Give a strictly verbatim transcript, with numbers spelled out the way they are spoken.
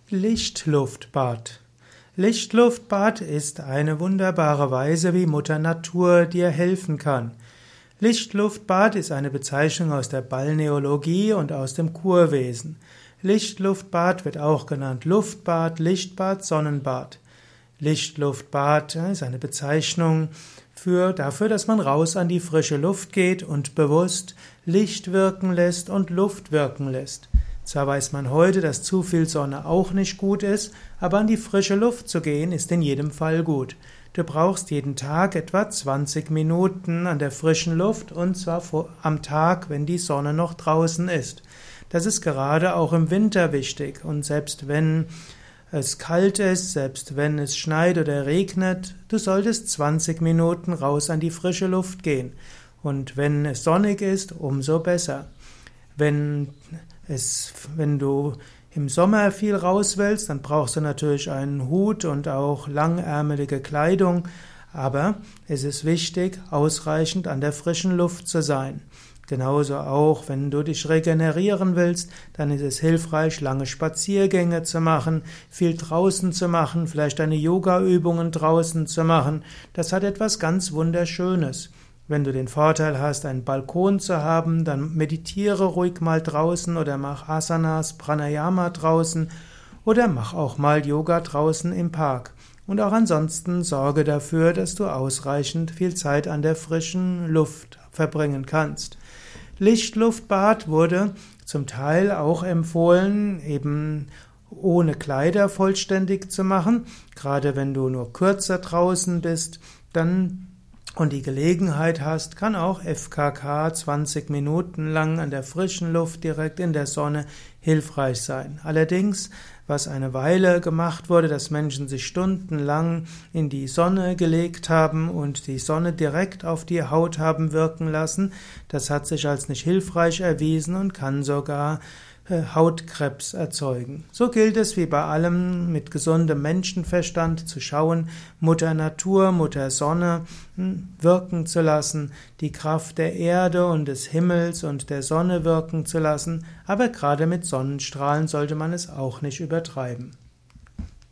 Lichtluftbad. Lichtluftbad ist eine wunderbare Weise, wie Mutter Natur dir helfen kann. Lichtluftbad ist eine Bezeichnung aus der Balneologie und aus dem Kurwesen. Lichtluftbad wird auch genannt Luftbad, Lichtbad, Sonnenbad. Lichtluftbad ist eine Bezeichnung für, dafür, dass man raus an die frische Luft geht und bewusst Licht wirken lässt und Luft wirken lässt. Zwar weiß man heute, dass zu viel Sonne auch nicht gut ist, aber an die frische Luft zu gehen ist in jedem Fall gut. Du brauchst jeden Tag etwa zwanzig Minuten an der frischen Luft und zwar am Tag, wenn die Sonne noch draußen ist. Das ist gerade auch im Winter wichtig und selbst wenn es kalt ist, selbst wenn es schneit oder regnet, du solltest zwanzig Minuten raus an die frische Luft gehen. Und wenn es sonnig ist, umso besser. Wenn es, wenn du im Sommer viel raus willst, dann brauchst du natürlich einen Hut und auch langärmelige Kleidung, aber es ist wichtig, ausreichend an der frischen Luft zu sein. Genauso auch, wenn du dich regenerieren willst, dann ist es hilfreich, lange Spaziergänge zu machen, viel draußen zu machen, vielleicht deine Yoga-Übungen draußen zu machen. Das hat etwas ganz Wunderschönes. Wenn du den Vorteil hast, einen Balkon zu haben, dann meditiere ruhig mal draußen oder mach Asanas, Pranayama draußen oder mach auch mal Yoga draußen im Park. Und auch ansonsten sorge dafür, dass du ausreichend viel Zeit an der frischen Luft verbringen kannst. Lichtluftbad wurde zum Teil auch empfohlen, eben ohne Kleider vollständig zu machen. Gerade wenn du nur kürzer draußen bist, dann und die Gelegenheit hast, kann auch F K K zwanzig Minuten lang an der frischen Luft direkt in der Sonne hilfreich sein. Allerdings, was eine Weile gemacht wurde, dass Menschen sich stundenlang in die Sonne gelegt haben und die Sonne direkt auf die Haut haben wirken lassen, das hat sich als nicht hilfreich erwiesen und kann sogar Hautkrebs erzeugen. So gilt es wie bei allem mit gesundem Menschenverstand zu schauen, Mutter Natur, Mutter Sonne wirken zu lassen, die Kraft der Erde und des Himmels und der Sonne wirken zu lassen, aber gerade mit Sonnenstrahlen sollte man es auch nicht übertreiben.